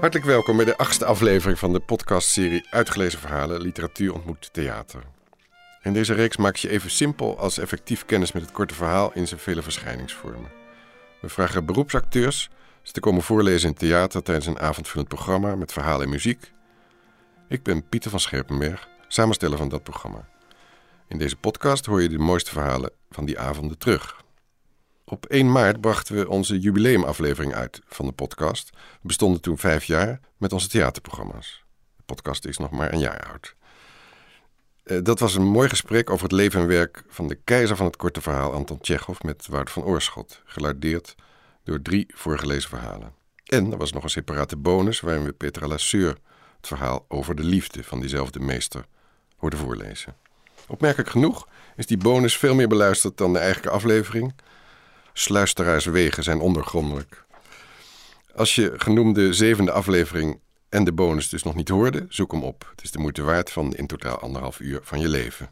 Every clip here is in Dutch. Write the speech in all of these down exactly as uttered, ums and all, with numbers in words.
Hartelijk welkom bij de achtste aflevering van de podcastserie Uitgelezen Verhalen, Literatuur ontmoet theater. In deze reeks maak je even simpel als effectief kennis met het korte verhaal in zijn vele verschijningsvormen. We vragen beroepsacteurs ze te komen voorlezen in theater tijdens een avondvullend programma met verhalen en muziek. Ik ben Pieter van Scherpenberg, samensteller van dat programma. In deze podcast hoor je de mooiste verhalen van die avonden terug. Op één maart brachten we onze jubileumaflevering uit van de podcast. We bestonden toen vijf jaar met onze theaterprogramma's. De podcast is nog maar een jaar oud. Uh, dat was een mooi gesprek over het leven en werk van de keizer van het korte verhaal Anton Tchekhov met Wouter van Oorschot, gelardeerd door drie voorgelezen verhalen. En er was nog een separate bonus waarin we Petra Lasseur het verhaal over de liefde van diezelfde meester hoorden voorlezen. Opmerkelijk genoeg is die bonus veel meer beluisterd dan de eigenlijke aflevering. Sluisteraarswegen zijn ondergrondelijk. Als je genoemde zevende aflevering en de bonus dus nog niet hoorde, zoek hem op. Het is de moeite waard van in totaal anderhalf uur van je leven.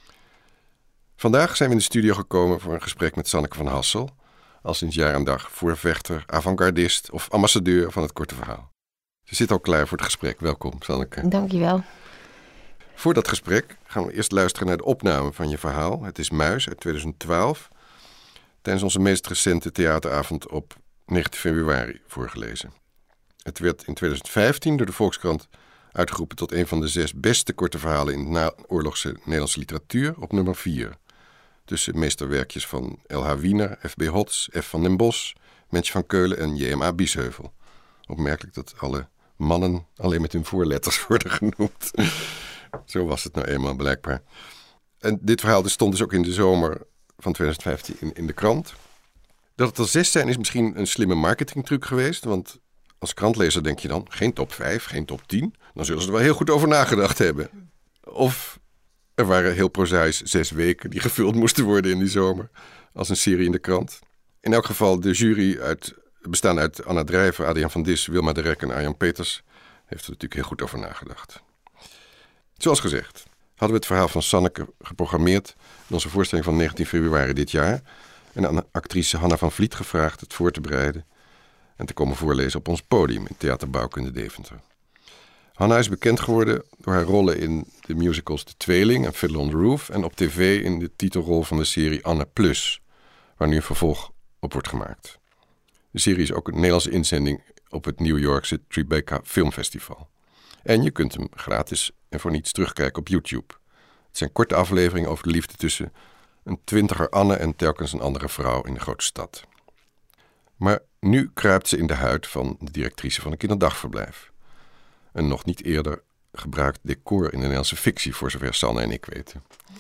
Vandaag zijn we in de studio gekomen voor een gesprek met Sanneke van Hassel, al sinds jaar en dag voorvechter, avant-gardist of ambassadeur van het korte verhaal. Ze zit al klaar voor het gesprek. Welkom, Sanneke. Dankjewel. Voor dat gesprek gaan we eerst luisteren naar de opname van je verhaal. Het is Muis uit tweeduizend twaalf. Tijdens onze meest recente theateravond op negentien februari voorgelezen. Het werd in tweeduizend vijftien door de Volkskrant uitgeroepen tot een van de zes beste korte verhalen in de naoorlogse Nederlandse literatuur op nummer vier. Tussen meesterwerkjes van L H Wiener, F B Hots, F van den Bos, Mensje van Keulen en J M A Biesheuvel. Opmerkelijk dat alle mannen alleen met hun voorletters worden genoemd. Zo was het nou eenmaal blijkbaar. En dit verhaal stond dus ook in de zomer van tweeduizend vijftien in, in de krant. Dat het er zes zijn is misschien een slimme marketingtruc geweest. Want als krantlezer denk je dan, geen top vijf, geen top tien. Dan zullen ze er wel heel goed over nagedacht hebben. Of er waren heel prozaïs zes weken die gevuld moesten worden in die zomer. Als een serie in de krant. In elk geval de jury uit, bestaan uit Anna Drijver, Adriaan van Dis, Wilma de Rek en Arjan Peters. Heeft er natuurlijk heel goed over nagedacht. Zoals gezegd hadden we het verhaal van Sanneke geprogrammeerd in onze voorstelling van negentien februari dit jaar. En aan actrice Hanna van Vliet gevraagd het voor te bereiden en te komen voorlezen op ons podium in Theater Bouwkunde Deventer. Hanna is bekend geworden door haar rollen in de musicals De Tweeling en Fiddler on the Roof en op tv in de titelrol van de serie Anne Plus, waar nu een vervolg op wordt gemaakt. De serie is ook een Nederlandse inzending op het New Yorkse Tribeca Filmfestival. En je kunt hem gratis en voor niets terugkijken op YouTube. Het zijn korte afleveringen over de liefde tussen een twintiger Anne en telkens een andere vrouw in de grote stad. Maar nu kruipt ze in de huid van de directrice van een kinderdagverblijf. Een nog niet eerder gebruikt decor in de Nederlandse fictie, voor zover Sanne en ik weten.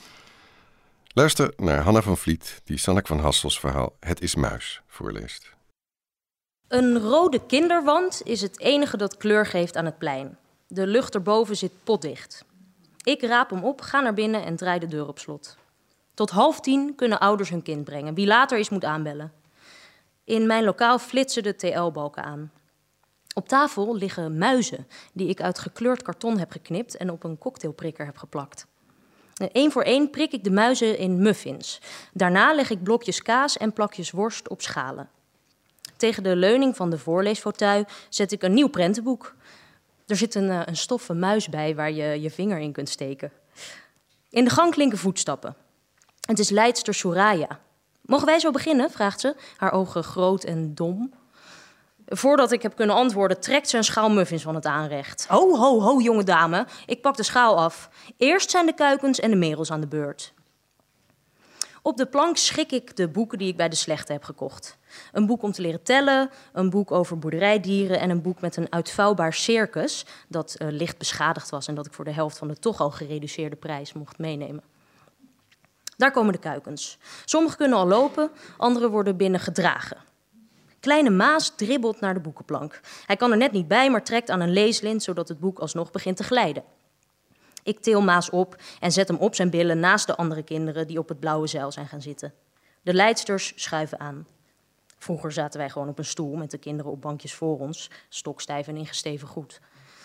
Luister naar Hanna van Vliet, die Sanneke van Hassels verhaal Het is Muis voorleest. Een rode kinderwand is het enige dat kleur geeft aan het plein. De lucht erboven zit potdicht. Ik raap hem op, ga naar binnen en draai de deur op slot. Tot half tien kunnen ouders hun kind brengen. Wie later is, moet aanbellen. In mijn lokaal flitsen de T L-balken aan. Op tafel liggen muizen die ik uit gekleurd karton heb geknipt en op een cocktailprikker heb geplakt. Eén voor één prik ik de muizen in muffins. Daarna leg ik blokjes kaas en plakjes worst op schalen. Tegen de leuning van de voorleesfauteuil zet ik een nieuw prentenboek. Er zit een, een stoffen muis bij waar je je vinger in kunt steken. In de gang klinken voetstappen. Het is leidster Soraya. Mogen wij zo beginnen, vraagt ze, haar ogen groot en dom. Voordat ik heb kunnen antwoorden, trekt ze een schaal muffins van het aanrecht. Ho, ho, ho, jonge dame, ik pak de schaal af. Eerst zijn de kuikens en de merels aan de beurt. Op de plank schik ik de boeken die ik bij de slechte heb gekocht. Een boek om te leren tellen, een boek over boerderijdieren en een boek met een uitvouwbaar circus dat uh, licht beschadigd was en dat ik voor de helft van de toch al gereduceerde prijs mocht meenemen. Daar komen de kuikens. Sommige kunnen al lopen, andere worden binnen gedragen. Kleine Maas dribbelt naar de boekenplank. Hij kan er net niet bij, maar trekt aan een leeslint zodat het boek alsnog begint te glijden. Ik til Maas op en zet hem op zijn billen naast de andere kinderen die op het blauwe zeil zijn gaan zitten. De leidsters schuiven aan. Vroeger zaten wij gewoon op een stoel met de kinderen op bankjes voor ons, stokstijf en ingesteven goed.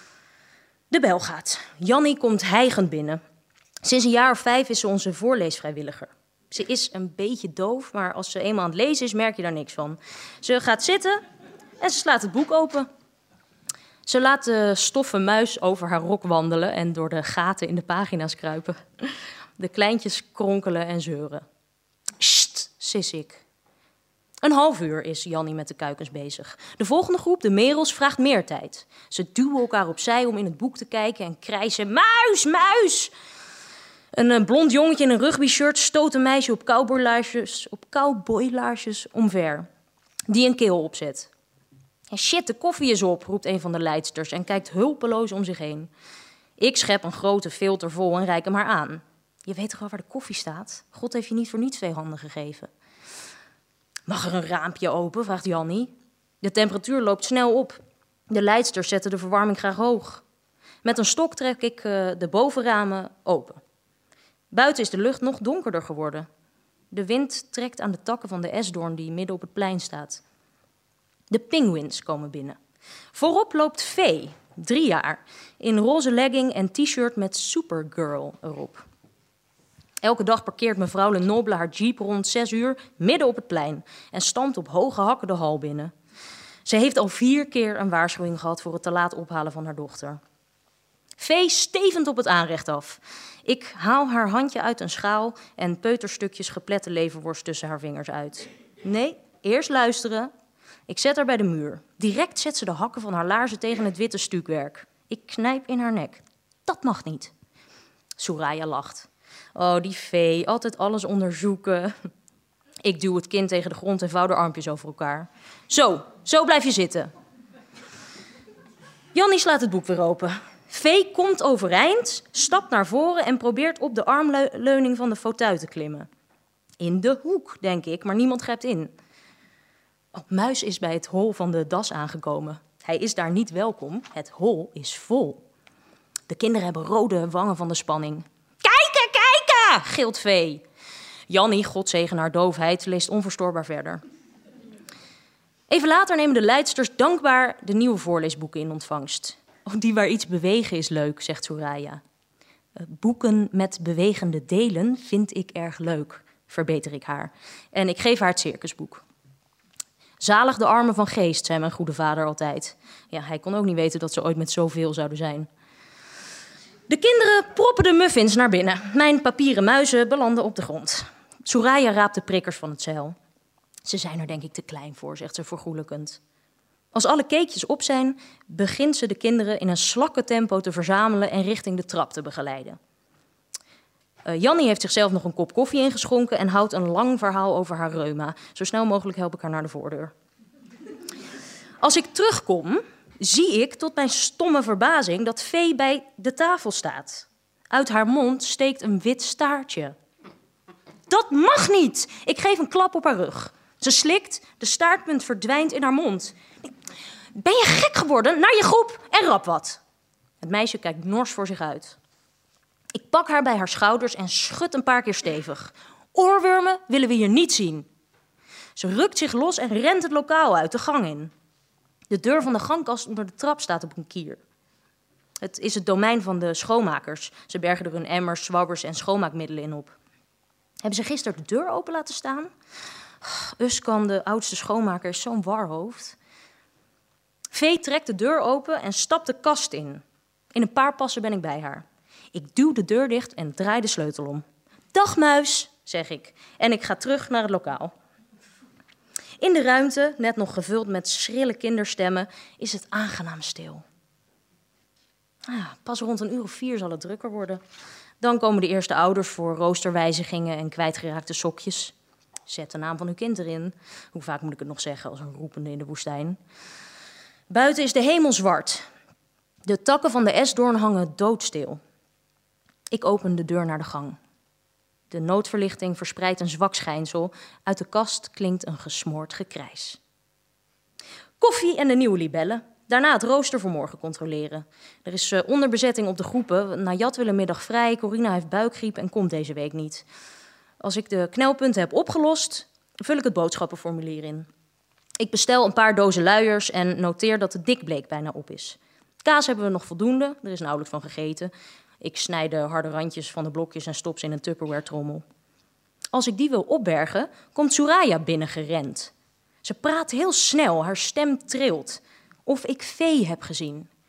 De bel gaat. Jannie komt hijgend binnen. Sinds een jaar of vijf is ze onze voorleesvrijwilliger. Ze is een beetje doof, maar als ze eenmaal aan het lezen is, merk je daar niks van. Ze gaat zitten en ze slaat het boek open. Ze laat de stoffen muis over haar rok wandelen en door de gaten in de pagina's kruipen. De kleintjes kronkelen en zeuren. Sst, sis ik. Een half uur is Jannie met de kuikens bezig. De volgende groep, de merels, vraagt meer tijd. Ze duwen elkaar opzij om in het boek te kijken en krijsen: muis, muis! Een blond jongetje in een rugbyshirt stoot een meisje op cowboylaarsjes, op cowboylaarsjes omver, die een keel opzet. En shit, de koffie is op, roept een van de leidsters en kijkt hulpeloos om zich heen. Ik schep een grote filter vol en reik hem haar aan. Je weet toch wel waar de koffie staat? God heeft je niet voor niets twee handen gegeven. Mag er een raampje open, vraagt Jannie. De temperatuur loopt snel op. De leidsters zetten de verwarming graag hoog. Met een stok trek ik uh, de bovenramen open. Buiten is de lucht nog donkerder geworden. De wind trekt aan de takken van de esdoorn die midden op het plein staat. De pinguïns komen binnen. Voorop loopt Vee, drie jaar, in roze legging en t-shirt met Supergirl erop. Elke dag parkeert mevrouw Lenoble haar jeep rond zes uur midden op het plein en stampt op hoge hakken de hal binnen. Ze heeft al vier keer een waarschuwing gehad voor het te laat ophalen van haar dochter. Vee stevend op het aanrecht af. Ik haal haar handje uit een schaal en peuterstukjes geplette leverworst tussen haar vingers uit. Nee, eerst luisteren. Ik zet haar bij de muur. Direct zet ze de hakken van haar laarzen tegen het witte stuukwerk. Ik knijp in haar nek. Dat mag niet. Soraya lacht. Oh, die Vee, altijd alles onderzoeken. Ik duw het kind tegen de grond en vouw de armpjes over elkaar. Zo, zo blijf je zitten. Jannie slaat het boek weer open. Vee komt overeind, stapt naar voren en probeert op de armleuning van de fauteuil te klimmen. In de hoek, denk ik, maar niemand grijpt in. Oh, Muis is bij het hol van de das aangekomen. Hij is daar niet welkom. Het hol is vol. De kinderen hebben rode wangen van de spanning. Kijken, kijken, gilt Vee. Jannie, God zegen haar doofheid, leest onverstoorbaar verder. Even later nemen de leidsters dankbaar de nieuwe voorleesboeken in ontvangst. Oh, die waar iets bewegen is leuk, zegt Soraya. Boeken met bewegende delen vind ik erg leuk, verbeter ik haar. En ik geef haar het circusboek. Zalig de armen van geest, zei mijn goede vader altijd. Ja, hij kon ook niet weten dat ze ooit met zoveel zouden zijn. De kinderen proppen de muffins naar binnen. Mijn papieren muizen belanden op de grond. Soraya raapt de prikkers van het zeil. Ze zijn er denk ik te klein voor, zegt ze vergoelijkend. Als alle cakejes op zijn, begint ze de kinderen in een slakke tempo te verzamelen en richting de trap te begeleiden. Uh, Jannie heeft zichzelf nog een kop koffie ingeschonken en houdt een lang verhaal over haar reuma. Zo snel mogelijk help ik haar naar de voordeur. Als ik terugkom, zie ik tot mijn stomme verbazing dat Vee bij de tafel staat. Uit haar mond steekt een wit staartje. Dat mag niet! Ik geef een klap op haar rug. Ze slikt, de staartpunt verdwijnt in haar mond. Ben je gek geworden? Naar je groep en rap wat. Het meisje kijkt nors voor zich uit. Ik pak haar bij haar schouders en schud een paar keer stevig. Oorwormen willen we hier niet zien. Ze rukt zich los en rent het lokaal uit, de gang in. De deur van de gangkast onder de trap staat op een kier. Het is het domein van de schoonmakers. Ze bergen er hun emmers, zwabbers en schoonmaakmiddelen in op. Hebben ze gisteren de deur open laten staan? Uskan, de oudste schoonmaker, is zo'n warhoofd. Vee trekt de deur open en stapt de kast in. In een paar passen ben ik bij haar. Ik duw de deur dicht en draai de sleutel om. Dag Muis, zeg ik. En ik ga terug naar het lokaal. In de ruimte, net nog gevuld met schrille kinderstemmen, is het aangenaam stil. Ah, pas rond een uur of vier zal het drukker worden. Dan komen de eerste ouders voor roosterwijzigingen en kwijtgeraakte sokjes. Zet de naam van uw kind erin. Hoe vaak moet ik het nog zeggen als een roepende in de woestijn? Buiten is de hemel zwart. De takken van de esdoorn hangen doodstil. Ik open de deur naar de gang. De noodverlichting verspreidt een zwak schijnsel. Uit de kast klinkt een gesmoord gekrijs. Koffie en de nieuwe libellen. Daarna het rooster voor morgen controleren. Er is uh, onderbezetting op de groepen. Najat wil een middag vrij, Corina heeft buikgriep en komt deze week niet. Als ik de knelpunten heb opgelost, vul ik het boodschappenformulier in. Ik bestel een paar dozen luiers en noteer dat de dikbleek bijna op is. Kaas hebben we nog voldoende, er is nauwelijks van gegeten. Ik snij de harde randjes van de blokjes en stop ze in een Tupperware-trommel. Als ik die wil opbergen, komt Soraya binnengerend. Ze praat heel snel, haar stem trilt. Of ik Vee heb gezien.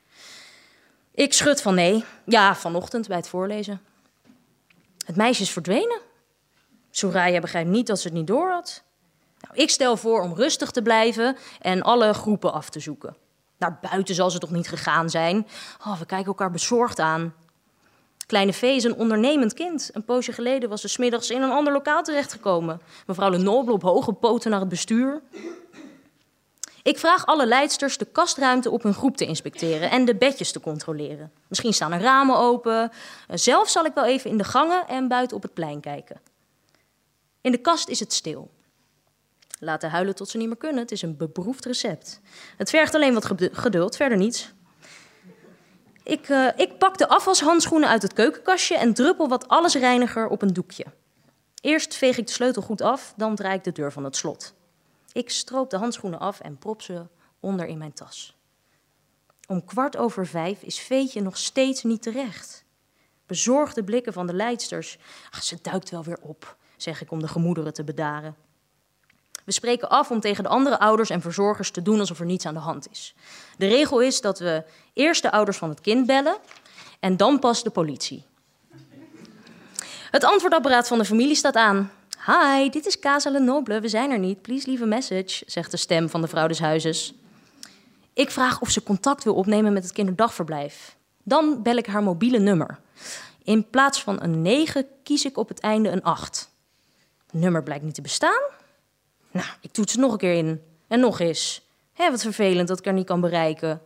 Ik schud van nee. Ja, vanochtend bij het voorlezen. Het meisje is verdwenen. Soraya begrijpt niet dat ze het niet door had. Nou, ik stel voor om rustig te blijven en alle groepen af te zoeken. Naar buiten zal ze toch niet gegaan zijn? Oh, we kijken elkaar bezorgd aan. Kleine Vee is een ondernemend kind. Een poosje geleden was ze 's middags in een ander lokaal terechtgekomen. Mevrouw Lenoble op hoge poten naar het bestuur. Ik vraag alle leidsters de kastruimte op hun groep te inspecteren en de bedjes te controleren. Misschien staan er ramen open. Zelf zal ik wel even in de gangen en buiten op het plein kijken. In de kast is het stil. Laten huilen tot ze niet meer kunnen. Het is een beproefd recept. Het vergt alleen wat geduld, verder niets. Ik, uh, ik pak de afwashandschoenen uit het keukenkastje en druppel wat allesreiniger op een doekje. Eerst veeg ik de sleutel goed af, dan draai ik de deur van het slot. Ik stroop de handschoenen af en prop ze onder in mijn tas. Om kwart over vijf is Veetje nog steeds niet terecht. Bezorgde blikken van de leidsters. Ach, ze duikt wel weer op, zeg ik om de gemoederen te bedaren. We spreken af om tegen de andere ouders en verzorgers te doen alsof er niets aan de hand is. De regel is dat we eerst de ouders van het kind bellen en dan pas de politie. Het antwoordapparaat van de familie staat aan. Hi, dit is Casa Lenoble, we zijn er niet. Please leave a message, zegt de stem van de vrouw des huizes. Ik vraag of ze contact wil opnemen met het kinderdagverblijf. Dan bel ik haar mobiele nummer. In plaats van een negen kies ik op het einde een acht. Het nummer blijkt niet te bestaan. Nou, ik toets het nog een keer in. En nog eens. Hé, wat vervelend dat ik haar niet kan bereiken.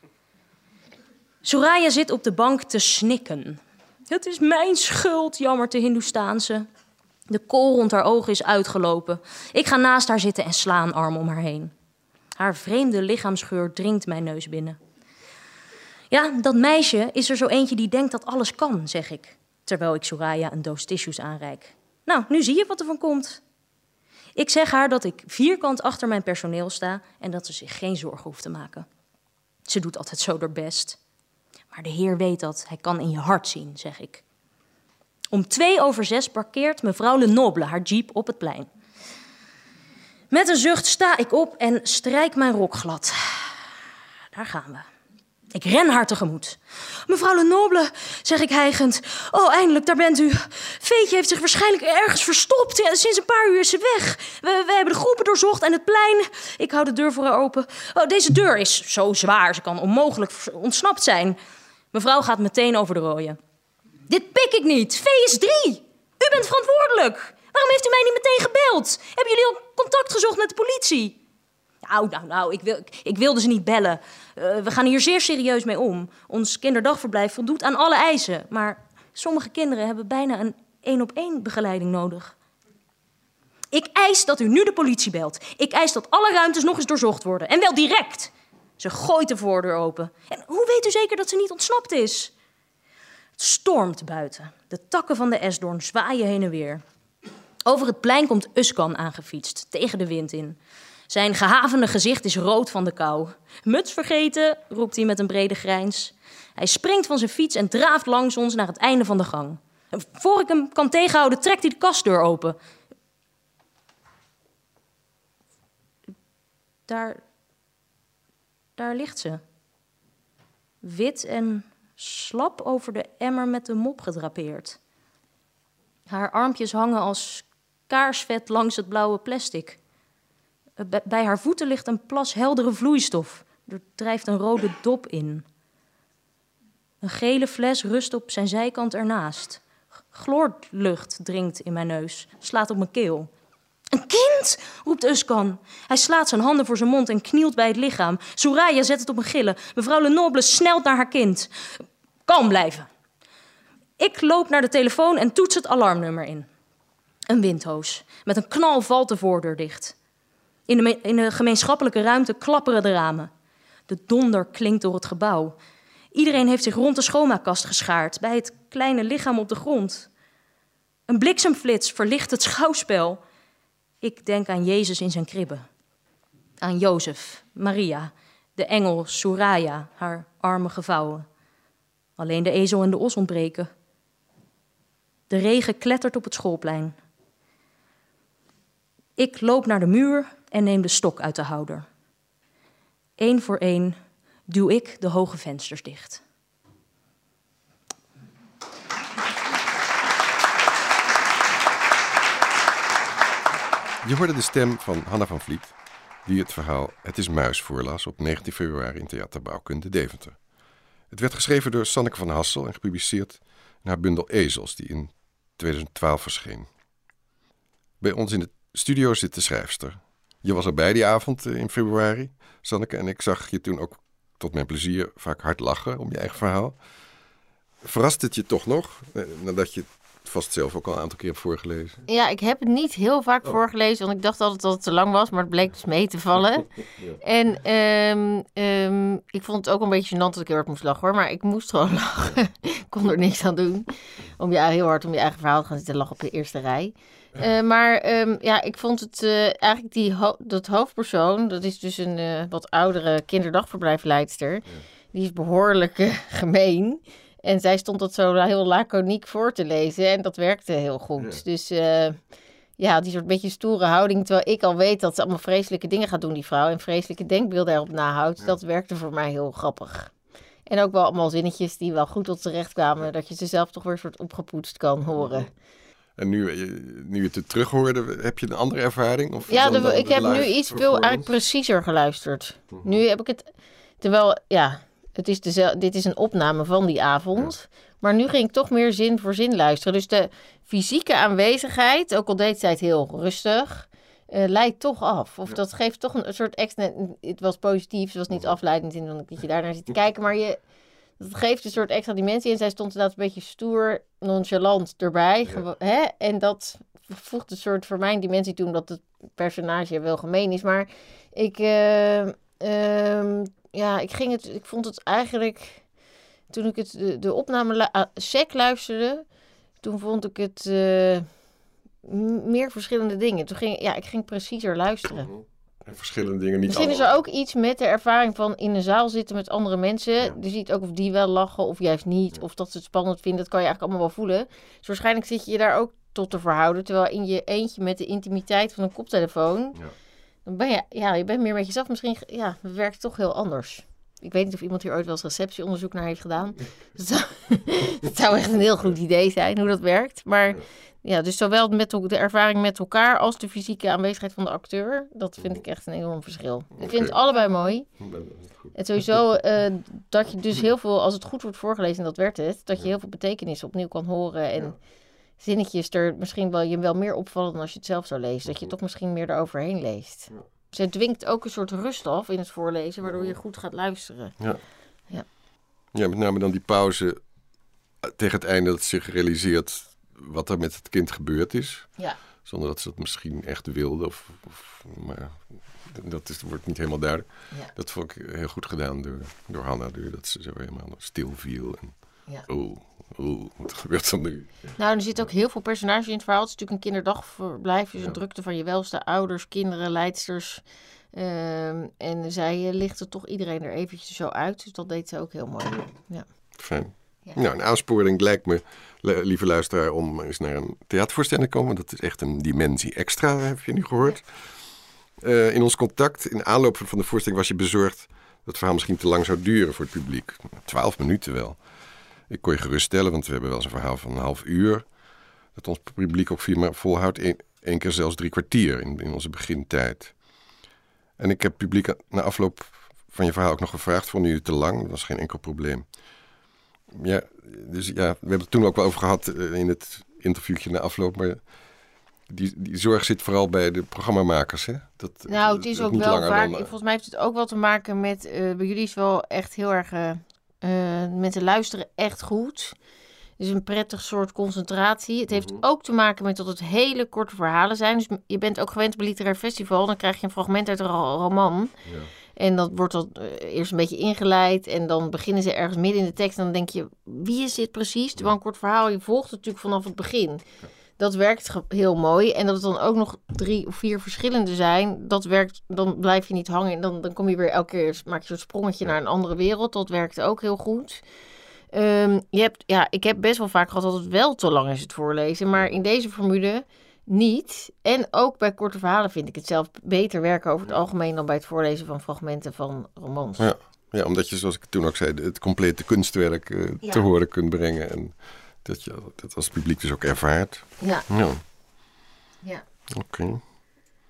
Soraya zit op de bank te snikken. Het is mijn schuld, jammert de Hindoestaanse. De kool rond haar ogen is uitgelopen. Ik ga naast haar zitten en sla een arm om haar heen. Haar vreemde lichaamsgeur dringt mijn neus binnen. Ja, dat meisje is er zo eentje die denkt dat alles kan, zeg ik. Terwijl ik Soraya een doos tissues aanreik. Nou, nu zie je wat er van komt. Ik zeg haar dat ik vierkant achter mijn personeel sta en dat ze zich geen zorgen hoeft te maken. Ze doet altijd zo haar best. Maar de Heer weet dat, hij kan in je hart zien, zeg ik. Om twee over zes parkeert mevrouw Lenoble haar jeep op het plein. Met een zucht sta ik op en strijk mijn rok glad. Daar gaan we. Ik ren haar tegemoet. Mevrouw Lenoble, zeg ik hijgend. Oh, eindelijk, daar bent u. Veetje heeft zich waarschijnlijk ergens verstopt. Ja, sinds een paar uur is ze weg. We, we hebben de groepen doorzocht en het plein. Ik hou de deur voor haar open. Oh, deze deur is zo zwaar, ze kan onmogelijk ontsnapt zijn. Mevrouw gaat meteen over de rooien. Dit pik ik niet. Vee is drie. U bent verantwoordelijk. Waarom heeft u mij niet meteen gebeld? Hebben jullie al contact gezocht met de politie? Nou, nou, nou, ik, wil, ik wilde ze niet bellen. Uh, we gaan hier zeer serieus mee om. Ons kinderdagverblijf voldoet aan alle eisen. Maar sommige kinderen hebben bijna een één-op-één begeleiding nodig. Ik eis dat u nu de politie belt. Ik eis dat alle ruimtes nog eens doorzocht worden. En wel direct. Ze gooit de voordeur open. En hoe weet u zeker dat ze niet ontsnapt is? Het stormt buiten. De takken van de esdoorn zwaaien heen en weer. Over het plein komt Uskan aangefietst, tegen de wind in. Zijn gehavende gezicht is rood van de kou. Muts vergeten, roept hij met een brede grijns. Hij springt van zijn fiets en draaft langs ons naar het einde van de gang. Voor ik hem kan tegenhouden, trekt hij de kastdeur open. Daar, daar ligt ze. Wit en slap over de emmer met de mop gedrapeerd. Haar armpjes hangen als kaarsvet langs het blauwe plastic. Bij haar voeten ligt een plas heldere vloeistof. Er drijft een rode dop in. Een gele fles rust op zijn zijkant ernaast. Gloorlucht dringt in mijn neus, slaat op mijn keel. Een kind, roept Uskan. Hij slaat zijn handen voor zijn mond en knielt bij het lichaam. Soraya zet het op een gillen. Mevrouw Lenoble snelt naar haar kind. Kalm blijven. Ik loop naar de telefoon en toets het alarmnummer in. Een windhoos. Met een knal valt de voordeur dicht. In de, in de gemeenschappelijke ruimte klapperen de ramen. De donder klinkt door het gebouw. Iedereen heeft zich rond de schoonmaakkast geschaard, bij het kleine lichaam op de grond. Een bliksemflits verlicht het schouwspel. Ik denk aan Jezus in zijn kribbe. Aan Jozef, Maria, de engel Soraya, haar armen gevouwen. Alleen de ezel en de os ontbreken. De regen klettert op het schoolplein. Ik loop naar de muur en neem de stok uit de houder. Eén voor één duw ik de hoge vensters dicht. Je hoorde de stem van Hanna van Vliet, die het verhaal Het is Muis voorlas op negentien februari in Theater Bouwkunde Deventer. Het werd geschreven door Sanneke van Hassel en gepubliceerd in haar bundel Ezels, die in tweeduizend twaalf verscheen. Bij ons in de studio zit de schrijfster. Je was erbij die avond in februari, Sanneke, en ik zag je toen ook tot mijn plezier vaak hard lachen om je eigen verhaal. Verrast het je toch nog, nadat je het vast zelf ook al een aantal keer hebt voorgelezen? Ja, ik heb het niet heel vaak oh. voorgelezen, want ik dacht altijd dat het te lang was, maar het bleek dus mee te vallen. Ja. En um, um, ik vond het ook een beetje gênant dat ik heel hard moest lachen, hoor. Maar ik moest gewoon lachen. Ik kon er niks aan doen. Om je heel hard om je eigen verhaal te gaan zitten lachen op de eerste rij. Uh, maar um, ja, ik vond het uh, eigenlijk die ho- dat hoofdpersoon, dat is dus een uh, wat oudere kinderdagverblijfleidster. Ja. Die is behoorlijk uh, gemeen. En zij stond dat zo heel laconiek voor te lezen. En dat werkte heel goed. Ja. Dus uh, ja, die soort beetje stoere houding. Terwijl ik al weet dat ze allemaal vreselijke dingen gaat doen, die vrouw. En vreselijke denkbeelden erop nahoudt. Ja. Dat werkte voor mij heel grappig. En ook wel allemaal zinnetjes die wel goed tot z'n recht kwamen. Dat je ze zelf toch weer een soort opgepoetst kan horen. En nu, nu je het terug hoorde, heb je een andere ervaring? Of ja, dan, de, dan ik heb nu iets veel eigenlijk preciezer geluisterd. Uh-huh. Nu heb ik het, terwijl, ja... Het is dezelfde, dit is een opname van die avond. Ja. Maar nu ging ik toch meer zin voor zin luisteren. Dus de fysieke aanwezigheid, ook al deed zij het heel rustig, uh, leidt toch af. Of ja. dat geeft toch een, een soort extra... Het was positief, het was niet afleidend in dat je daarnaar zit te kijken. Maar je, dat geeft een soort extra dimensie. En zij stond inderdaad een beetje stoer, nonchalant erbij. Ja. Hè? En dat voegt een soort voor mij een dimensie toe, omdat het personage wel gemeen is. Maar ik... Uh, uh, Ja, ik, ging het, ik vond het eigenlijk... Toen ik het, de, de opname uh, sec luisterde... Toen vond ik het uh, m- meer verschillende dingen. Toen ging, ja, ik ging preciezer luisteren. En verschillende dingen niet Misschien allemaal. is er ook iets met de ervaring van in een zaal zitten met andere mensen. Ja. Je ziet ook of die wel lachen of juist niet. Ja. Of dat ze het spannend vinden. Dat kan je eigenlijk allemaal wel voelen. Dus waarschijnlijk zit je je daar ook tot te verhouden. Terwijl in je eentje met de intimiteit van een koptelefoon... Ja. Dan ben je, ja, je bent meer met jezelf. Misschien, ja, het werkt toch heel anders. Ik weet niet of iemand hier ooit wel eens receptieonderzoek naar heeft gedaan. Het zou, het zou echt een heel goed idee zijn hoe dat werkt. Maar ja, dus zowel met de ervaring met elkaar als de fysieke aanwezigheid van de acteur. Dat vind ik echt een enorm verschil. Ik vind het allebei mooi. En sowieso uh, dat je dus heel veel, als het goed wordt voorgelezen, en dat werd het, dat je heel veel betekenis opnieuw kan horen. En zinnetjes er misschien wel je wel meer opvallen dan als je het zelf zou lezen. Dat je toch misschien meer eroverheen leest. Ja. Ze dwingt ook een soort rust af in het voorlezen, waardoor je goed gaat luisteren. Ja, ja. ja met name dan die pauze tegen het einde dat ze zich realiseert wat er met het kind gebeurd is. Ja. Zonder dat ze het misschien echt wilde. Of, of, maar dat is, wordt niet helemaal duidelijk. Ja. Dat vond ik heel goed gedaan door, door Hanna. Dat ze zo helemaal stil viel. En, ja. Oh, Oeh, wat gebeurt er nu? Nou, er zitten ook heel veel personages in het verhaal. Het is natuurlijk een kinderdagverblijf. Dus ja. een drukte van je welste ouders, kinderen, leidsters. Um, en zij uh, lichtte toch iedereen er eventjes zo uit. Dus dat deed ze ook heel mooi. Ja. Fijn. Ja. Nou, een aansporing lijkt me, lieve luisteraar, om eens naar een theatervoorstelling te komen. Dat is echt een dimensie extra, heb je nu gehoord. Ja. Uh, in ons contact, in aanloop van de voorstelling, was je bezorgd dat het verhaal misschien te lang zou duren voor het publiek. Twaalf minuten wel. Ik kon je geruststellen, want we hebben wel eens een verhaal van een half uur. Dat ons publiek ook viermaal volhoudt. Eén keer zelfs drie kwartier in, in onze begintijd. En ik heb het publiek na afloop van je verhaal ook nog gevraagd. Vonden jullie het te lang? Dat was geen enkel probleem. Ja, dus ja, we hebben het toen ook wel over gehad in het interviewtje na afloop. Maar die, die zorg zit vooral bij de programmamakers. Hè? Dat, nou, het is ook wel vaak... Dan, volgens mij heeft het ook wel te maken met... Uh, bij jullie is wel echt heel erg... Uh, Uh, mensen luisteren echt goed. Het is een prettig soort concentratie. Het heeft mm-hmm. ook te maken met dat het hele korte verhalen zijn. Dus je bent ook gewend op een literair festival. Dan krijg je een fragment uit een roman. Ja. En dat wordt dan uh, eerst een beetje ingeleid. En dan beginnen ze ergens midden in de tekst. En dan denk je, wie is dit precies? Terwijl een kort verhaal, je volgt het natuurlijk vanaf het begin. Ja. Dat werkt ge- heel mooi. En dat het dan ook nog drie of vier verschillende zijn, dat werkt, dan blijf je niet hangen. En dan, dan kom je weer elke keer, maak je zo'n sprongetje ja. naar een andere wereld. Dat werkt ook heel goed. Um, je hebt, ja, ik heb best wel vaak gehad dat het wel te lang is, het voorlezen. Maar in deze formule niet. En ook bij korte verhalen vind ik het zelf beter werken over het algemeen dan bij het voorlezen van fragmenten van romans. Ja, ja omdat je, zoals ik toen ook zei, het complete kunstwerk uh, ja. te horen kunt brengen. En dat je dat als het publiek dus ook ervaart. Ja. Ja. ja. Oké. Okay.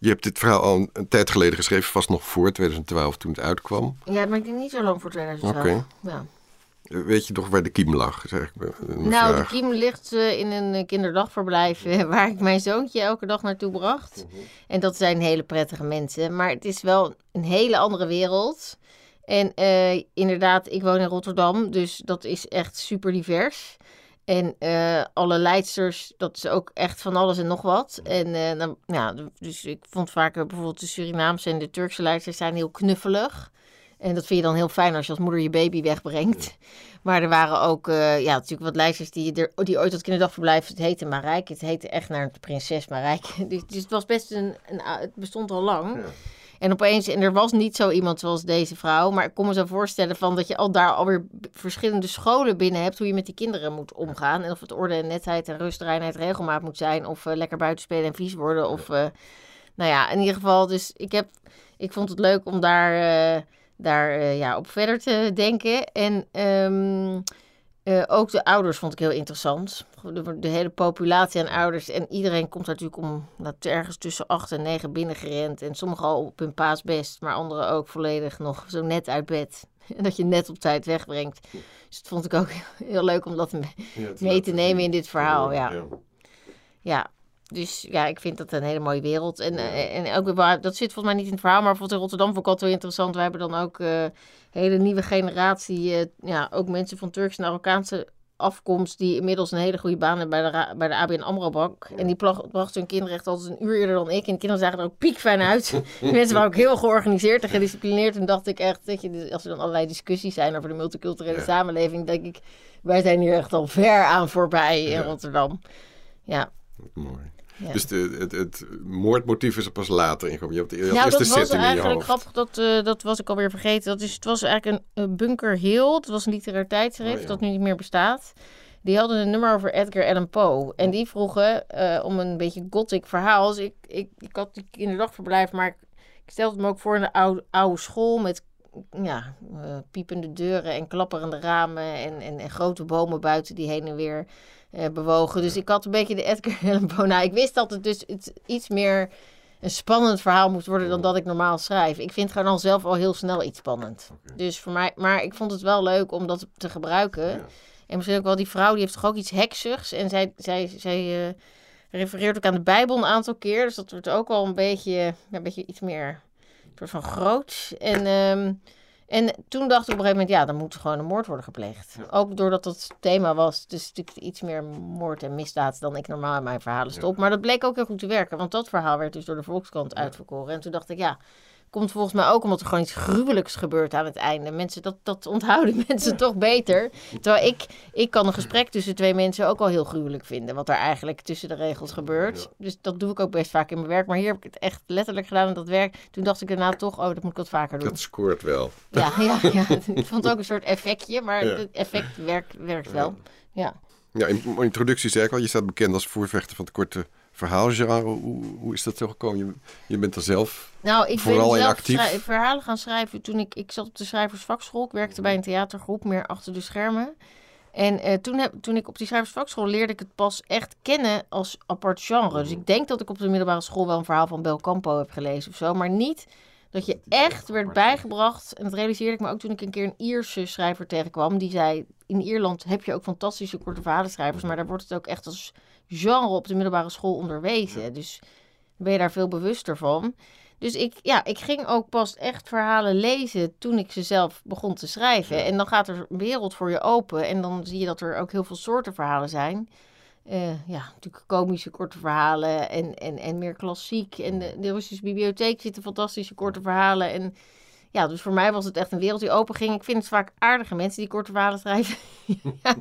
Je hebt dit verhaal al een, een tijd geleden geschreven, vast nog voor twintig twaalf toen het uitkwam. Ja, maar ik denk niet zo lang voor twintig twaalf. Oké. Okay. Ja. Weet je toch waar de kiem lag? Zeg ik nou, vraag. De kiem ligt uh, in een kinderdagverblijf uh, waar ik mijn zoontje elke dag naartoe bracht. Uh-huh. En dat zijn hele prettige mensen. Maar het is wel een hele andere wereld. En uh, inderdaad, ik woon in Rotterdam, dus dat is echt super divers. En uh, alle leidsters, dat is ook echt van alles en nog wat. En uh, dan, ja, dus ik vond vaker bijvoorbeeld de Surinaamse en de Turkse leidsters zijn heel knuffelig. En dat vind je dan heel fijn als je als moeder je baby wegbrengt. Maar er waren ook, uh, ja, natuurlijk wat leidsters die, er, die ooit dat kinderdagverblijf, het heette Marijke. Het heette echt naar prinses Marijke. Dus, dus het was best een, een, het bestond al lang. Ja. En opeens, en er was niet zo iemand zoals deze vrouw, maar ik kon me zo voorstellen van dat je al daar alweer verschillende scholen binnen hebt hoe je met die kinderen moet omgaan. En of het orde en netheid en rust, reinheid, regelmaat moet zijn, of uh, lekker buiten spelen en vies worden. Of, uh, nou ja, in ieder geval, dus ik heb, ik vond het leuk om daar, uh, daar uh, ja, op verder te denken. En um, uh, ook de ouders vond ik heel interessant. De, de hele populatie aan ouders. En iedereen komt natuurlijk om nou, ergens tussen acht en negen binnengerend. En sommigen al op hun paasbest, maar anderen ook volledig nog zo net uit bed. En dat je net op tijd wegbrengt. Dus dat vond ik ook heel, heel leuk om dat mee, ja, mee te nemen in dit verhaal. Ja. Ja. ja, dus ja, ik vind dat een hele mooie wereld. En, ja. en ook, dat zit volgens mij niet in het verhaal, maar bijvoorbeeld in Rotterdam vond ik altijd wel interessant. We hebben dan ook een uh, hele nieuwe generatie, uh, ja, ook mensen van Turkse en Marokkaanse afkomst die inmiddels een hele goede baan hebben bij de, bij de A B N AMRO Bank. Ja. En die brachten hun kinderen echt altijd een uur eerder dan ik. En de kinderen zagen er ook piekfijn uit. Die mensen waren ook heel georganiseerd en gedisciplineerd. En dacht ik echt, dat je, als er dan allerlei discussies zijn over de multiculturele ja. samenleving, denk ik, wij zijn hier echt al ver aan voorbij in ja. Rotterdam. Ja. Mooi. Ja. Dus de, het, het moordmotief is er pas later ingekomen. Je hebt de nou, eerste dat was in eigenlijk je grappig. Dat, uh, dat was ik alweer vergeten. Dat is, het was eigenlijk een uh, Bunker Hill. Het was een literair tijdschrift oh, ja. dat nu niet meer bestaat. Die hadden een nummer over Edgar Allan Poe. En die vroegen uh, om een beetje gothic verhaal. Dus ik, ik, ik had die kinderdagverblijf, maar ik, ik stelde me ook voor in de oude, oude school met ja, uh, piepende deuren en klapperende ramen en, en, en grote bomen buiten die heen en weer uh, bewogen. Dus ik had een beetje de Edgar Allan Poe. Nou, ik wist dat het dus het iets meer een spannend verhaal moest worden dan dat ik normaal schrijf. Ik vind gewoon al zelf al heel snel iets spannend. Okay. Dus voor mij, maar ik vond het wel leuk om dat te gebruiken. Ja. En misschien ook wel die vrouw, die heeft toch ook iets heksigs. En zij, zij, zij uh, refereert ook aan de Bijbel een aantal keer. Dus dat wordt ook wel een beetje, ja, een beetje iets meer soort van groots. En, um, en toen dacht ik op een gegeven moment, ja, dan moet gewoon een moord worden gepleegd. Ja. Ook doordat dat thema was, dus natuurlijk iets meer moord en misdaad dan ik normaal in mijn verhalen stop. Ja. Maar dat bleek ook heel goed te werken, want dat verhaal werd dus door de Volkskrant ja. uitverkoren. En toen dacht ik, ja, komt volgens mij ook omdat er gewoon iets gruwelijks gebeurt aan het einde. Mensen, dat, dat onthouden mensen ja. toch beter. Terwijl ik, ik kan een gesprek tussen twee mensen ook al heel gruwelijk vinden. Wat er eigenlijk tussen de regels gebeurt. Ja. Dus dat doe ik ook best vaak in mijn werk. Maar hier heb ik het echt letterlijk gedaan en dat werkt. Toen dacht ik daarna toch, oh, dat moet ik wat vaker doen. Dat scoort wel. Ja, ja, ja. Ik vond het ook een soort effectje. Maar ja. het effect werkt, werkt wel. Ja. Ja, in mijn introductie zei ik al, je staat bekend als voorvechter van het korte verhaalgenre. Hoe, hoe is dat zo gekomen? Je, je bent er zelf nou, ik vooral ben in zelf actief. Schrij- verhalen gaan schrijven toen ik, ik zat op de schrijversvakschool. Ik werkte bij een theatergroep, meer achter de schermen. En uh, toen, heb, toen ik op die schrijversvakschool leerde ik het pas echt kennen als apart genre. Dus ik denk dat ik op de middelbare school wel een verhaal van Belcampo heb gelezen of zo. Maar niet dat je echt werd bijgebracht. En dat realiseerde ik me ook toen ik een keer een Ierse schrijver tegenkwam. Die zei, in Ierland heb je ook fantastische korte verhalenschrijvers. Maar daar wordt het ook echt als genre op de middelbare school onderwezen. Ja. Dus ben je daar veel bewuster van. Dus ik, ja, ik ging ook pas echt verhalen lezen toen ik ze zelf begon te schrijven. Ja. En dan gaat er een wereld voor je open. En dan zie je dat er ook heel veel soorten verhalen zijn. Uh, ja, natuurlijk komische korte verhalen en, en, en meer klassiek. En de, de Russische bibliotheek zitten fantastische korte verhalen. En ja, dus voor mij was het echt een wereld die open ging. Ik vind het vaak aardige mensen die korte verhalen schrijven. ja.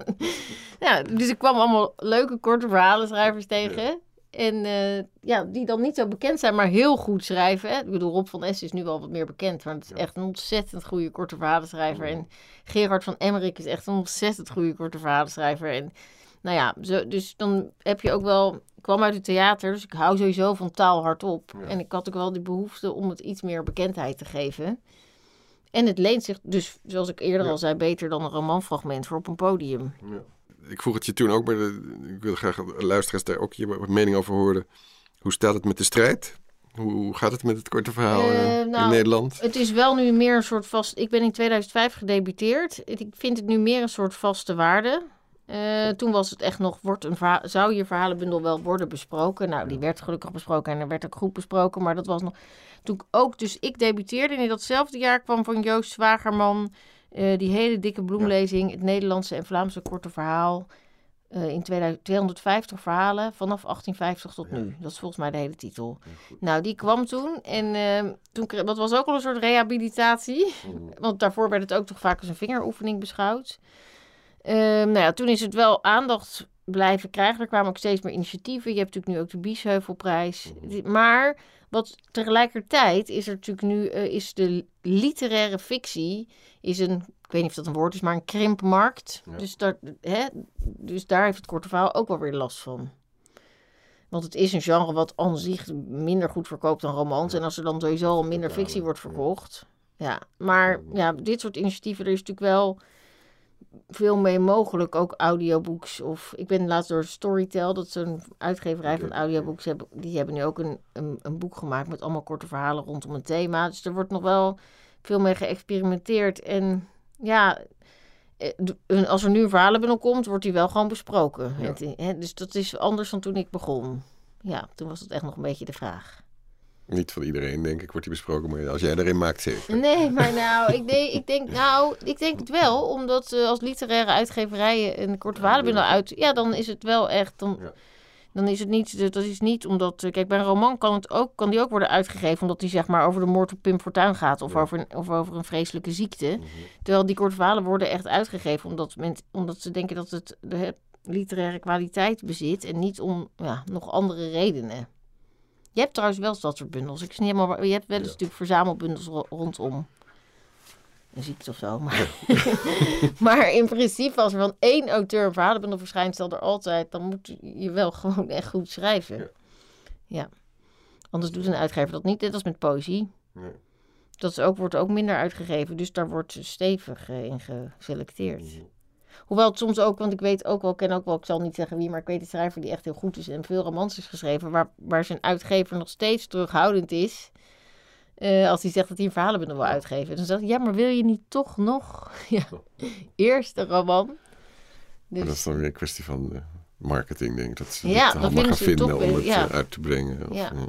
Ja, dus ik kwam allemaal leuke korte verhalenschrijvers tegen. Ja. En uh, ja, die dan niet zo bekend zijn, maar heel goed schrijven. Hè? Ik bedoel, Rob van Essen is nu wel wat meer bekend. Maar het is ja. echt een ontzettend goede korte verhalenschrijver. Ja. En Gerard van Emmerik is echt een ontzettend goede korte verhalenschrijver. En nou ja, zo, dus dan heb je ook wel... Ik kwam uit het theater, dus ik hou sowieso van taal hardop. Ja. En ik had ook wel die behoefte om het iets meer bekendheid te geven. En het leent zich dus, zoals ik eerder ja. al zei, beter dan een romanfragment voor op een podium. Ja. Ik vroeg het je toen ook, maar de, ik wil graag luisteraars daar ook je mening over horen. Hoe staat het met de strijd? Hoe gaat het met het korte verhaal uh, uh, nou, in Nederland? Het is wel nu meer een soort vast... Ik ben in tweeduizend vijf gedebuteerd. Ik vind het nu meer een soort vaste waarde. Uh, toen was het echt nog... Wordt een verha- zou je verhalenbundel wel worden besproken? Nou, die werd gelukkig besproken en er werd ook goed besproken. Maar dat was nog... Toen ik ook... Dus ik debuteerde en in datzelfde jaar kwam van Joost Zwagerman... Uh, die hele dikke bloemlezing... Het Nederlandse en Vlaamse korte verhaal... Uh, in tweeduizend, tweehonderdvijftig verhalen vanaf achttien vijftig tot nu. Dat is volgens mij de hele titel. Nou, die kwam toen. En uh, toen, dat was ook al een soort rehabilitatie. Mm. Want daarvoor werd het ook toch vaak als een vingeroefening beschouwd. Uh, nou ja, toen is het wel aandacht blijven krijgen. Er kwamen ook steeds meer initiatieven. Je hebt natuurlijk nu ook de Biesheuvelprijs. Mm. Maar wat tegelijkertijd is er natuurlijk nu... Uh, is de literaire fictie... is een... Ik weet niet of dat een woord is, maar een krimpmarkt. Ja. Dus, daar, hè, dus daar heeft het korte verhaal ook wel weer last van. Want het is een genre wat aan zich minder goed verkoopt dan romans. Ja. En als er dan sowieso al minder fictie wordt verkocht. Ja, maar ja, dit soort initiatieven, er is natuurlijk wel veel mee mogelijk. Ook audiobooks. Of ik ben laatst door Storytel, dat is een uitgeverij van audiobooks. Hebben, die hebben nu ook een, een, een boek gemaakt met allemaal korte verhalen rondom een thema. Dus er wordt nog wel veel mee geëxperimenteerd. En... Ja, als er nu een verhalenbundel komt, wordt die wel gewoon besproken. Ja. Het, hè, dus dat is anders dan toen ik begon. Ja, toen was het echt nog een beetje de vraag. Niet van iedereen, denk ik, wordt die besproken, maar als jij erin maakt, zeker. Nee, maar nou, ik denk, ik denk, nou, ik denk het wel, omdat uh, als literaire uitgeverijen een korte verhalenbundel uit... Ja, dan is het wel echt... Dan, ja. Dan is het niet, dat is niet omdat... Kijk, bij een roman kan, het ook, kan die ook worden uitgegeven... omdat die zeg maar over de moord op Pim Fortuyn gaat... of, ja. over, of over een vreselijke ziekte. Mm-hmm. Terwijl die korte verhalen worden echt uitgegeven... omdat, men, omdat ze denken dat het de literaire kwaliteit bezit... en niet om ja, nog andere redenen. Je hebt trouwens wel dat soort bundels. Ik zie niet helemaal, je hebt wel eens ja. natuurlijk verzamelbundels ro- rondom... een ziekte of zo. Maar, maar in principe, als er van één auteur een verhalenbundel verschijnt, zal er altijd, dan moet je wel gewoon echt goed schrijven. Ja. ja. Anders doet een uitgever dat niet, net als met poëzie. Nee. Dat is ook, wordt ook minder uitgegeven, dus daar wordt stevig uh, in geselecteerd. Mm-hmm. Hoewel het soms ook, want ik weet ook wel, ik ken ook wel, ik zal niet zeggen wie, maar ik weet een schrijver die echt heel goed is en veel romans is geschreven, waar, waar zijn uitgever nog steeds terughoudend is. Uh, als hij zegt dat hij een verhalenbundel wil uitgeven. Dan zegt hij, ja, maar wil je niet toch nog ja, eerst een roman? Dus... Dat is dan weer een kwestie van uh, marketing, denk ik. Dat ze ja, het allemaal gaan vinden toch, om het ja. uh, uit te brengen. Of, ja. uh.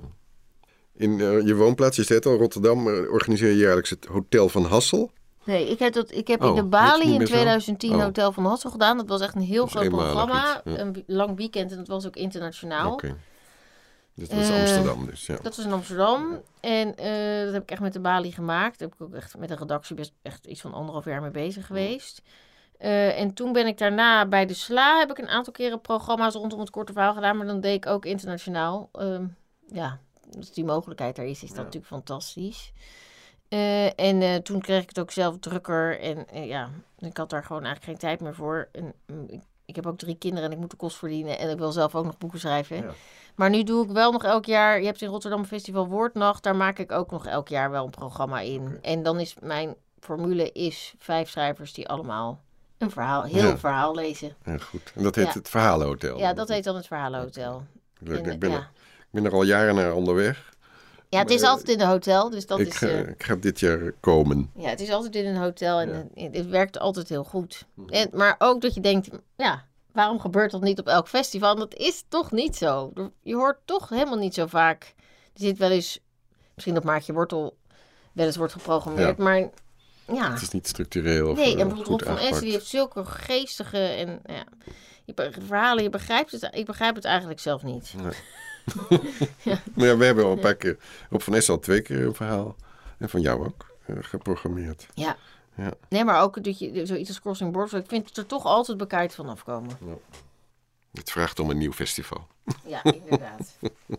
In uh, je woonplaats, je zei het al, Rotterdam, uh, organiseer je jaarlijks het Hotel van Hassel. Nee, ik heb, dat, ik heb oh, in de Bali in twintig tien oh. Hotel van Hassel gedaan. Dat was echt een heel groot programma. Iets, ja. Een lang weekend en dat was ook internationaal. Oké. Okay. Dit was uh, Amsterdam dus, ja. Dat was in Amsterdam. Ja. En uh, dat heb ik echt met de Bali gemaakt. Daar heb ik ook echt met een redactie best echt iets van anderhalf jaar mee bezig geweest. Uh, en toen ben ik daarna bij de Sla... heb ik een aantal keren programma's rondom het korte verhaal gedaan. Maar dan deed ik ook internationaal. Uh, ja, als die mogelijkheid er is, is dat ja. natuurlijk fantastisch. Uh, en uh, toen kreeg ik het ook zelf drukker. En uh, ja, ik had daar gewoon eigenlijk geen tijd meer voor. En, uh, ik, ik heb ook drie kinderen en ik moet de kost verdienen. En ik wil zelf ook nog boeken schrijven. Ja. Maar nu doe ik wel nog elk jaar... Je hebt in Rotterdam een festival Woordnacht. Daar maak ik ook nog elk jaar wel een programma in. Okay. En dan is mijn formule is vijf schrijvers die allemaal een verhaal, heel ja. verhaal lezen. Ja, goed. En dat heet ja. het Verhalenhotel. Ja, dat heet dan het Verhalenhotel. Leuk. En, ik, ben ja. er, ik ben er al jaren naar onderweg. Ja, het is altijd in een hotel. Dus dat ik, is, uh, ik ga dit jaar komen. Ja, het is altijd in een hotel. En ja. het, het werkt altijd heel goed. Mm-hmm. En, maar ook dat je denkt... ja. Waarom gebeurt dat niet op elk festival? Dat is toch niet zo. Je hoort toch helemaal niet zo vaak. Er zit wel eens... Misschien dat Maartje Wortel wel eens wordt geprogrammeerd. Ja. Maar ja... Het is niet structureel of nee, en bijvoorbeeld Rob van Essen, die heeft zulke geestige... en ja, je verhalen, je begrijpt het, ik begrijp het eigenlijk zelf niet. Nee. ja. Maar ja, we hebben al een paar keer... Rob van Essen al twee keer een verhaal. En van jou ook uh, geprogrammeerd. Ja. Ja. Nee, maar ook dat je zoiets als Crossing Borders, ik vind het er toch altijd bekijkt van afkomen. Ja. Het vraagt om een nieuw festival. Ja, inderdaad.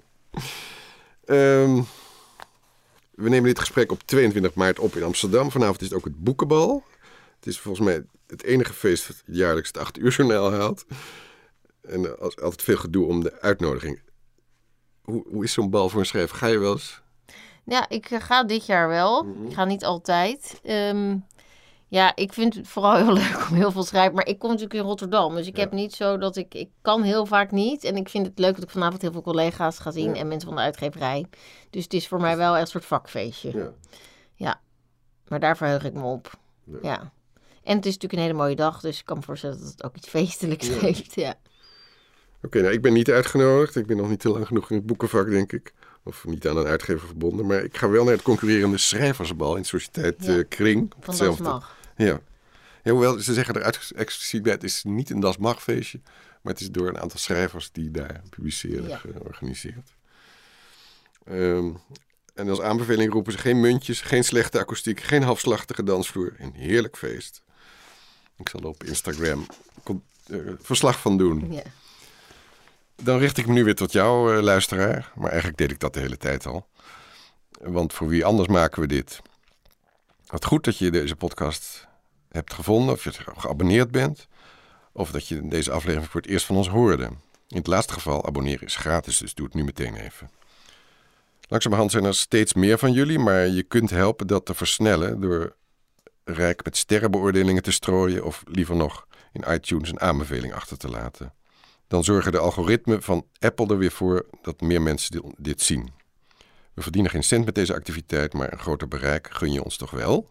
um, we nemen dit gesprek op tweeëntwintig maart op in Amsterdam. Vanavond is het ook het Boekenbal. Het is volgens mij het enige feest dat jaarlijks het acht uur journaal haalt. En er is altijd veel gedoe om de uitnodiging. Hoe, hoe is zo'n bal voor een schrijver? Ga je wel eens? Ja, ik ga dit jaar wel. Mm-hmm. Ik ga niet altijd. Um, Ja, ik vind het vooral heel leuk om heel veel te schrijven. Maar ik kom natuurlijk in Rotterdam. Dus ik ja. heb niet zo dat ik... Ik kan heel vaak niet. En ik vind het leuk dat ik vanavond heel veel collega's ga zien. Ja. En mensen van de uitgeverij. Dus het is voor mij wel echt een soort vakfeestje. Ja. ja. Maar daar verheug ik me op. Ja. ja. En het is natuurlijk een hele mooie dag. Dus ik kan me voorstellen dat het ook iets feestelijks ja. heeft. Ja. Oké, okay, nou ik ben niet uitgenodigd. Ik ben nog niet te lang genoeg in het boekenvak, denk ik. Of niet aan een uitgever verbonden. Maar ik ga wel naar het concurrerende schrijversbal in Sociëteit ja. uh, Kring. Van Das Mag. Ja. ja, hoewel ze zeggen er expliciet bij, het is niet een Das Mag feestje. Maar het is door een aantal schrijvers die daar publiceren ja. georganiseerd. Um, en als aanbeveling roepen ze geen muntjes, geen slechte akoestiek, geen halfslachtige dansvloer. Een heerlijk feest. Ik zal er op Instagram uh, verslag van doen. Ja. Dan richt ik me nu weer tot jou, uh, luisteraar. Maar eigenlijk deed ik dat de hele tijd al. Want voor wie anders maken we dit? Wat goed dat je deze podcast hebt gevonden, of je geabonneerd bent, of dat je deze aflevering voor het eerst van ons hoorde. In het laatste geval, abonneren is gratis, dus doe het nu meteen even. Langzamerhand zijn er steeds meer van jullie, maar je kunt helpen dat te versnellen door rijk met sterrenbeoordelingen te strooien of liever nog in iTunes een aanbeveling achter te laten. Dan zorgen de algoritmen van Apple er weer voor dat meer mensen dit zien. We verdienen geen cent met deze activiteit, maar een groter bereik gun je ons toch wel?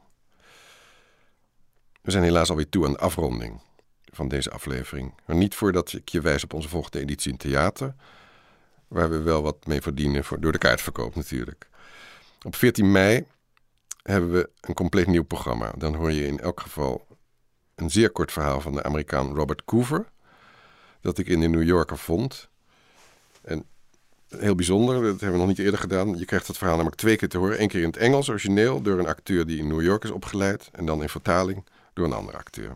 We zijn helaas alweer toe aan de afronding van deze aflevering. Maar niet voordat ik je wijs op onze volgende editie in theater, waar we wel wat mee verdienen voor, door de kaartverkoop natuurlijk. Op veertien mei hebben we een compleet nieuw programma. Dan hoor je in elk geval een zeer kort verhaal van de Amerikaan Robert Coover, dat ik in de New Yorker vond. En heel bijzonder, dat hebben we nog niet eerder gedaan. Je krijgt het verhaal namelijk twee keer te horen. Eén keer in het Engels, origineel, door een acteur die in New York is opgeleid. En dan in vertaling door een andere acteur.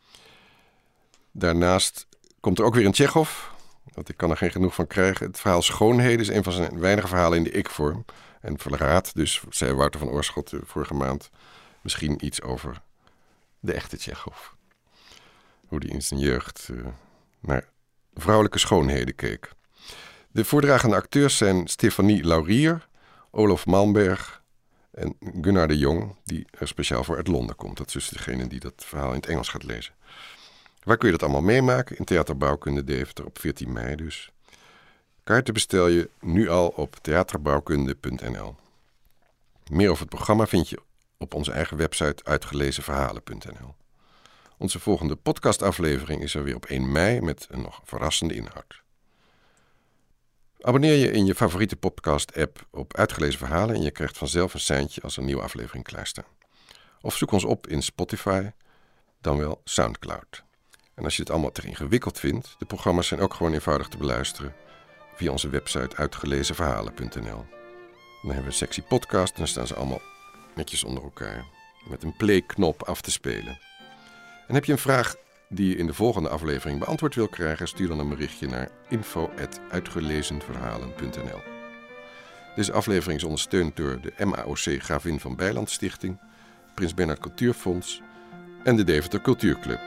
Daarnaast komt er ook weer een Tsjechov, want ik kan er geen genoeg van krijgen. Het verhaal Schoonheden is een van zijn weinige verhalen in de ik-vorm. En verraadt, dus zei Wouter van Oorschot vorige maand, misschien iets over de echte Tsjechov. Hoe die in zijn jeugd uh, naar vrouwelijke schoonheden keek. De voordragende acteurs zijn Stefanie Laurier, Olof Malmberg en Gunnar de Jong, die er speciaal voor uit Londen komt. Dat is dus degene die dat verhaal in het Engels gaat lezen. Waar kun je dat allemaal meemaken? In Theater Bouwkunde Deventer op veertien mei dus. Kaarten bestel je nu al op theaterbouwkunde punt n l. Meer over het programma vind je op onze eigen website uitgelezenverhalen punt n l. Onze volgende podcastaflevering is er weer op één mei met een nog verrassende inhoud. Abonneer je in je favoriete podcast-app op Uitgelezen Verhalen en je krijgt vanzelf een seintje als er een nieuwe aflevering klaarstaat. Of zoek ons op in Spotify, dan wel Soundcloud. En als je het allemaal te ingewikkeld vindt, de programma's zijn ook gewoon eenvoudig te beluisteren via onze website uitgelezenverhalen punt n l. Dan hebben we een sectie podcast en dan staan ze allemaal netjes onder elkaar met een play-knop af te spelen. En heb je een vraag die je in de volgende aflevering beantwoord wil krijgen, stuur dan een berichtje naar info at uitgelezenverhalen punt n l. Deze aflevering is ondersteund door de M A O C Gravin van Bijland Stichting, Prins Bernhard Cultuurfonds en de Deventer Cultuurclub.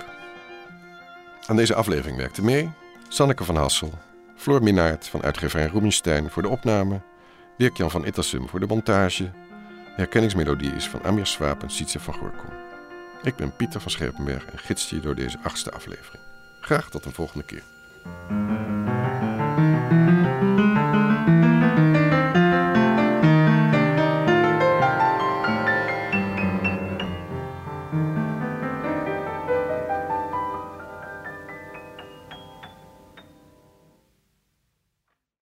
Aan deze aflevering werkte mee Sanneke van Hassel, Floor Minaert van uitgeverij Rubinstein voor de opname, Dirk-Jan van Ittersum voor de montage. De herkenningsmelodie is van Amir Swaap en Sietse van Gorkom. Ik ben Pieter van Scherpenberg en gids je door deze achtste aflevering. Graag tot een volgende keer.